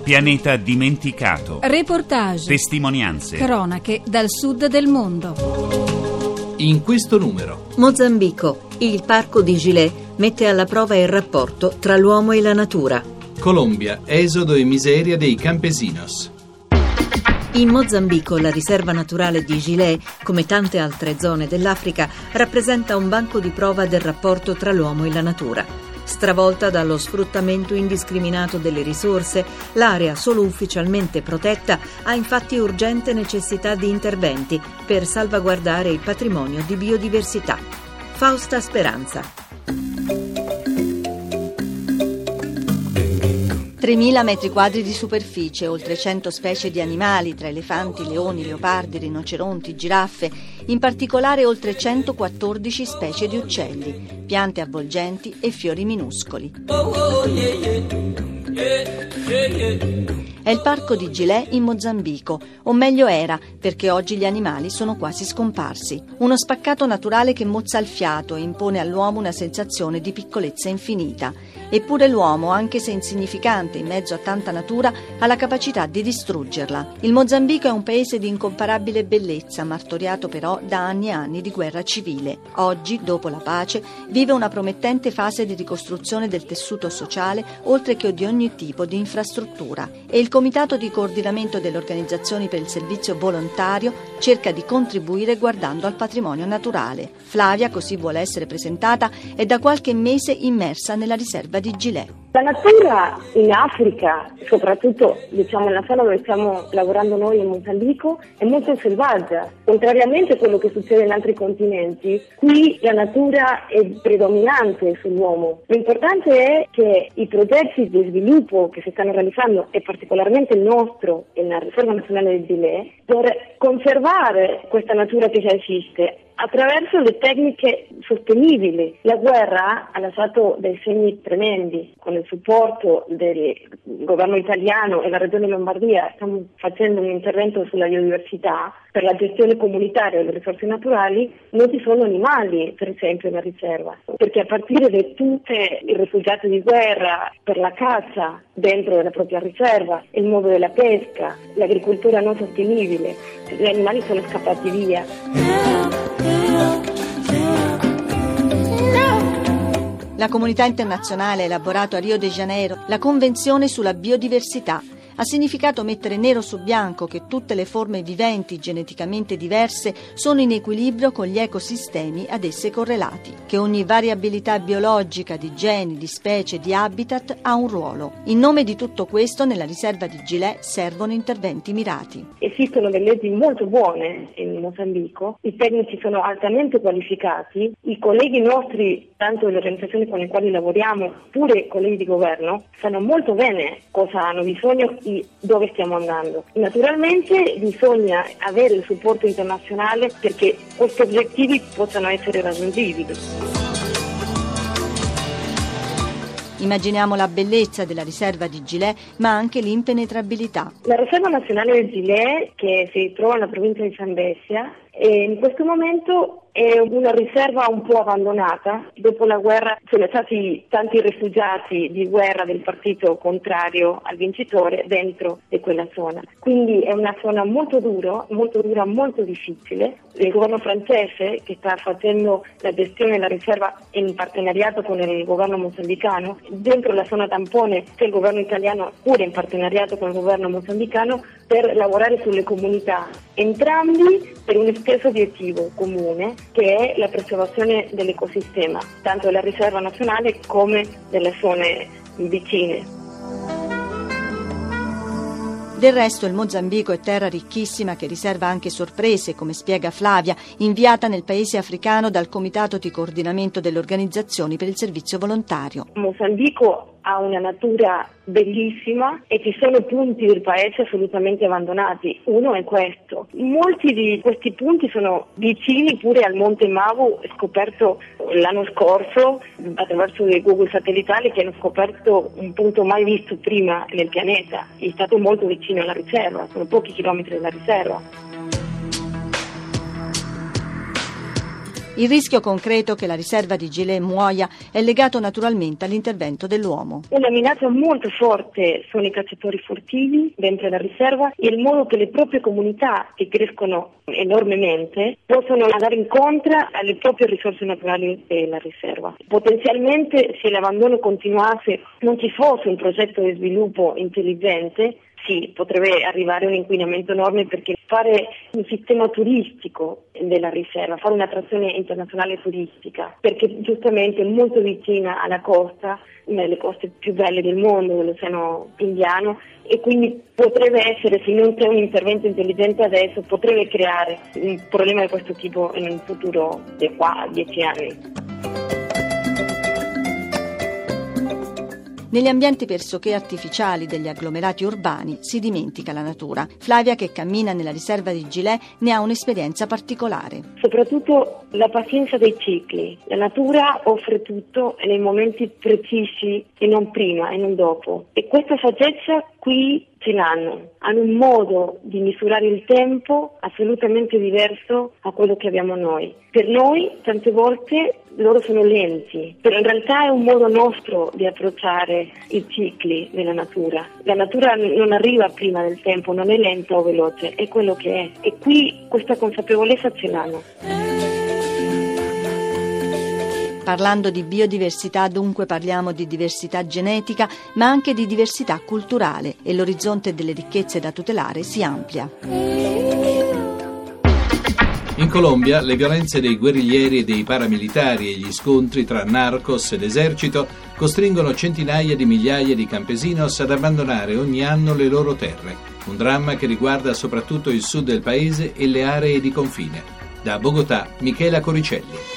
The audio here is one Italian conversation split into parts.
Pianeta dimenticato. Reportage. Testimonianze. Cronache dal sud del mondo. In questo numero. Mozambico. Il parco di Gilé mette alla prova il rapporto tra l'uomo e la natura. Colombia. Esodo e miseria dei campesinos. In Mozambico la riserva naturale di Gilé, come tante altre zone dell'Africa, rappresenta un banco di prova del rapporto tra l'uomo e la natura. Stravolta dallo sfruttamento indiscriminato delle risorse, l'area solo ufficialmente protetta ha infatti urgente necessità di interventi per salvaguardare il patrimonio di biodiversità. Fausta Speranza. 3.000 metri quadri di superficie, oltre 100 specie di animali, tra elefanti, leoni, leopardi, rinoceronti, giraffe, in particolare oltre 114 specie di uccelli, piante avvolgenti e fiori minuscoli. È il parco di Gilé in Mozambico, o meglio era, perché oggi gli animali sono quasi scomparsi. Uno spaccato naturale che mozza il fiato e impone all'uomo una sensazione di piccolezza infinita. Eppure l'uomo, anche se insignificante in mezzo a tanta natura, ha la capacità di distruggerla. Il Mozambico è un paese di incomparabile bellezza, martoriato però da anni e anni di guerra civile. Oggi, dopo la pace, vive una promettente fase di ricostruzione del tessuto sociale, oltre che di ogni tipo di infrastruttura. E il Comitato di coordinamento delle organizzazioni per il servizio volontario cerca di contribuire guardando al patrimonio naturale. Flavia, così vuole essere presentata, è da qualche mese immersa nella riserva di Gilé. La natura in Africa, soprattutto nella zona dove stiamo lavorando noi in Mozambico, è molto selvaggia. Contrariamente a quello che succede in altri continenti, qui la natura è predominante sull'uomo. L'importante è che i progetti di sviluppo che si stanno realizzando, e particolarmente il nostro, nella Riserva Nazionale del Gilé, per conservare questa natura che già esiste, attraverso le tecniche sostenibili. La guerra ha lasciato dei segni tremendi. Con il supporto del governo italiano e la regione Lombardia stiamo facendo un intervento sulla biodiversità per la gestione comunitaria delle risorse naturali. Non ci sono animali, per esempio, nella riserva, perché a partire da tutti i rifugiati di guerra, per la caccia dentro la propria riserva, il mondo della pesca, l'agricoltura non sostenibile, gli animali sono scappati via. La comunità internazionale ha elaborato a Rio de Janeiro la Convenzione sulla biodiversità. Ha significato mettere nero su bianco che tutte le forme viventi geneticamente diverse sono in equilibrio con gli ecosistemi ad esse correlati, che ogni variabilità biologica di geni, di specie, di habitat ha un ruolo. In nome di tutto questo, nella riserva di Gilé servono interventi mirati. Esistono delle leggi molto buone in Mozambico, i tecnici sono altamente qualificati, i colleghi nostri, tanto le organizzazioni con le quali lavoriamo, pure i colleghi di governo, sanno molto bene cosa hanno bisogno e dove stiamo andando. Naturalmente bisogna avere il supporto internazionale perché questi obiettivi possano essere raggiungibili. Immaginiamo la bellezza della riserva di Gilé, ma anche l'impenetrabilità. La riserva nazionale del Gilé, che si trova nella provincia di Zambezia, in questo momento è una riserva un po' abbandonata. Dopo la guerra sono stati tanti rifugiati di guerra del partito contrario al vincitore dentro di quella zona. Quindi è una zona molto dura, molto difficile. Il governo francese, che sta facendo la gestione della riserva in partenariato con il governo mozambicano, dentro la zona tampone c'è il governo italiano pure in partenariato con il governo mozambicano per lavorare sulle comunità, entrambi per un stesso obiettivo comune, che è la preservazione dell'ecosistema, tanto della riserva nazionale come delle zone vicine. Del resto il Mozambico è terra ricchissima che riserva anche sorprese, come spiega Flavia, inviata nel paese africano dal Comitato di coordinamento delle organizzazioni per il servizio volontario. Mozambico ha una natura bellissima e ci sono punti del paese assolutamente abbandonati. Uno è questo. Molti di questi punti sono vicini pure al Monte Mavu, scoperto l'anno scorso attraverso dei Google satellitari che hanno scoperto un punto mai visto prima nel pianeta. È stato molto vicino alla riserva, sono pochi chilometri dalla riserva. Il rischio concreto che la riserva di Gilet muoia è legato naturalmente all'intervento dell'uomo. Una minaccia molto forte sono i cacciatori furtivi dentro la riserva e il modo che le proprie comunità, che crescono enormemente, possono andare incontro alle proprie risorse naturali della riserva. Potenzialmente, se l'abbandono continuasse, non ci fosse un progetto di sviluppo intelligente, sì, potrebbe arrivare a un inquinamento enorme, perché fare un sistema turistico della riserva, fare un'attrazione internazionale turistica, perché giustamente è molto vicina alla costa, una delle coste più belle del mondo, dell'Oceano Indiano, e quindi potrebbe essere, se non c'è un intervento intelligente adesso, potrebbe creare un problema di questo tipo in un futuro di qua a 10 anni. Negli ambienti pressoché artificiali degli agglomerati urbani si dimentica la natura. Flavia, che cammina nella riserva di Gilet, ne ha un'esperienza particolare. Soprattutto la pazienza dei cicli. La natura offre tutto nei momenti precisi e non prima e non dopo. E questa saggezza qui ce l'hanno. Hanno un modo di misurare il tempo assolutamente diverso a quello che abbiamo noi. Per noi, tante volte, loro sono lenti, però in realtà è un modo nostro di approcciare i cicli della natura. La natura non arriva prima del tempo, non è lenta o veloce, è quello che è. E qui questa consapevolezza ce l'hanno. Parlando di biodiversità, dunque, parliamo di diversità genetica, ma anche di diversità culturale, e l'orizzonte delle ricchezze da tutelare si amplia. In Colombia le violenze dei guerriglieri e dei paramilitari e gli scontri tra narcos ed esercito costringono centinaia di migliaia di campesinos ad abbandonare ogni anno le loro terre. Un dramma che riguarda soprattutto il sud del paese e le aree di confine. Da Bogotà, Michela Coricelli.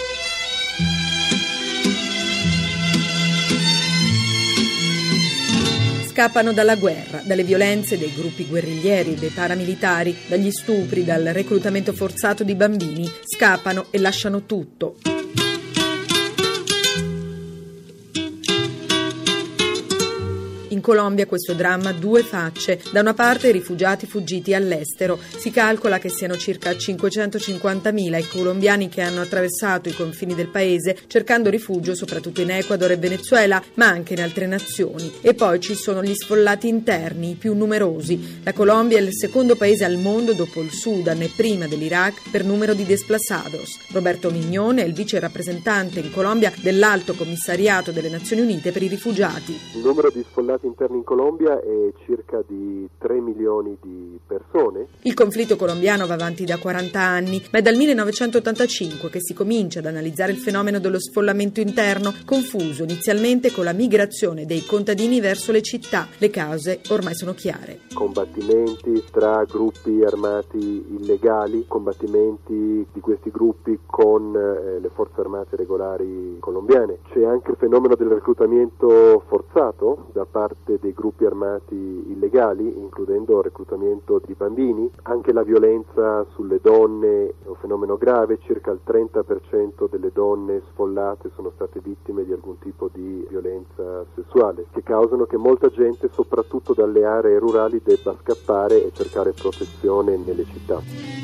Scappano dalla guerra, dalle violenze dei gruppi guerriglieri e dei paramilitari, dagli stupri, dal reclutamento forzato di bambini. Scappano e lasciano tutto. In Colombia questo dramma ha due facce. Da una parte i rifugiati fuggiti all'estero. Si calcola che siano circa 550.000 i colombiani che hanno attraversato i confini del paese cercando rifugio soprattutto in Ecuador e Venezuela, ma anche in altre nazioni. E poi ci sono gli sfollati interni, i più numerosi. La Colombia è il secondo paese al mondo dopo il Sudan e prima dell'Iraq per numero di desplazados. Roberto Mignone è il vice rappresentante in Colombia dell'Alto Commissariato delle Nazioni Unite per i rifugiati. Il numero di sfollati interni in Colombia è circa di 3 milioni di persone. Il conflitto colombiano va avanti da 40 anni, ma è dal 1985 che si comincia ad analizzare il fenomeno dello sfollamento interno, confuso inizialmente con la migrazione dei contadini verso le città. Le cause ormai sono chiare. Combattimenti tra gruppi armati illegali, combattimenti di questi gruppi con le forze armate regolari colombiane. C'è anche il fenomeno del reclutamento forzato da parte dei gruppi armati illegali, includendo il reclutamento di bambini. Anche la violenza sulle donne è un fenomeno grave. Circa il 30% delle donne sfollate sono state vittime di alcun tipo di violenza sessuale, che causano che molta gente, soprattutto dalle aree rurali, debba scappare e cercare protezione nelle città.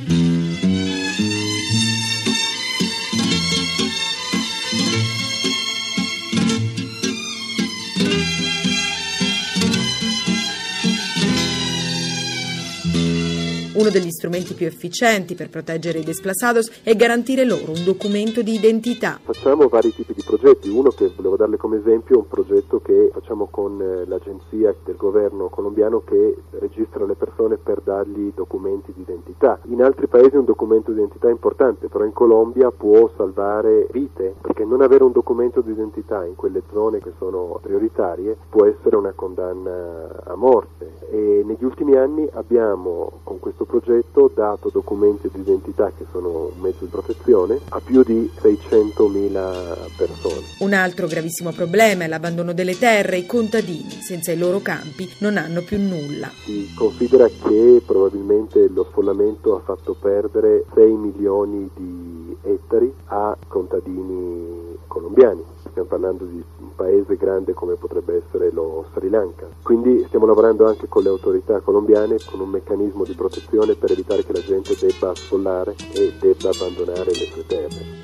Uno degli strumenti più efficienti per proteggere i desplazados è garantire loro un documento di identità. Facciamo vari tipi di progetti. Uno che volevo darle come esempio è un progetto che facciamo con l'agenzia del governo colombiano che registra le persone per dargli documenti di identità. In altri paesi un documento di identità è importante, però in Colombia può salvare vite, perché non avere un documento di identità in quelle zone che sono prioritarie può essere una condanna a morte. E negli ultimi anni abbiamo con questo progetto dato documenti di identità, che sono un mezzo di protezione, a più di 600.000 persone. Un altro gravissimo problema è l'abbandono delle terre. I contadini, senza i loro campi, non hanno più nulla. Si considera che probabilmente lo sfollamento ha fatto perdere 6 milioni di ettari a contadini colombiani. stiamo parlando di un paese grande come potrebbe essere lo Sri Lanka. Quindi stiamo lavorando anche con le autorità colombiane con un meccanismo di protezione per evitare che la gente debba sfollare e debba abbandonare le sue terre.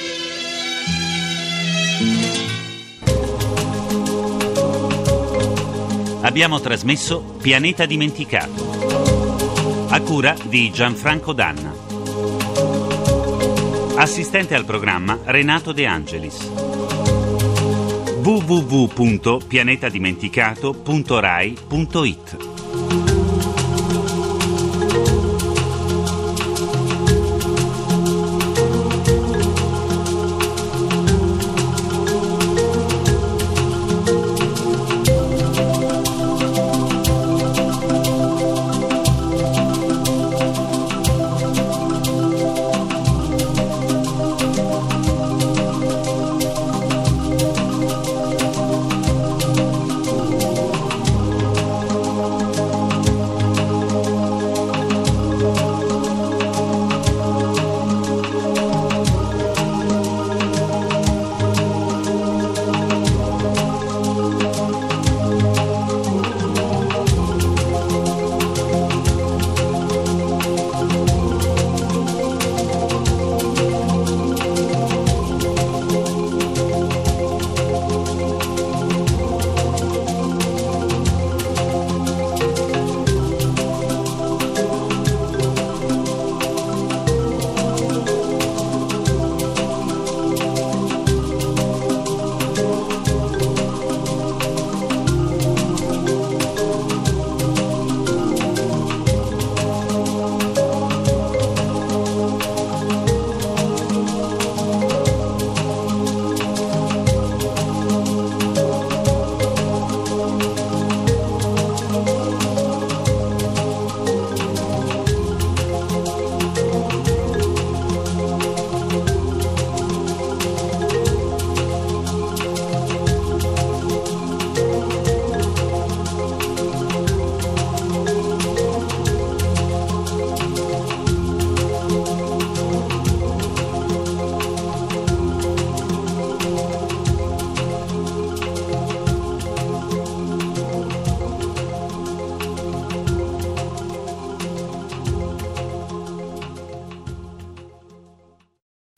Abbiamo trasmesso Pianeta Dimenticato, a cura di Gianfranco Danna. Assistente al programma Renato De Angelis. www.pianetadimenticato.rai.it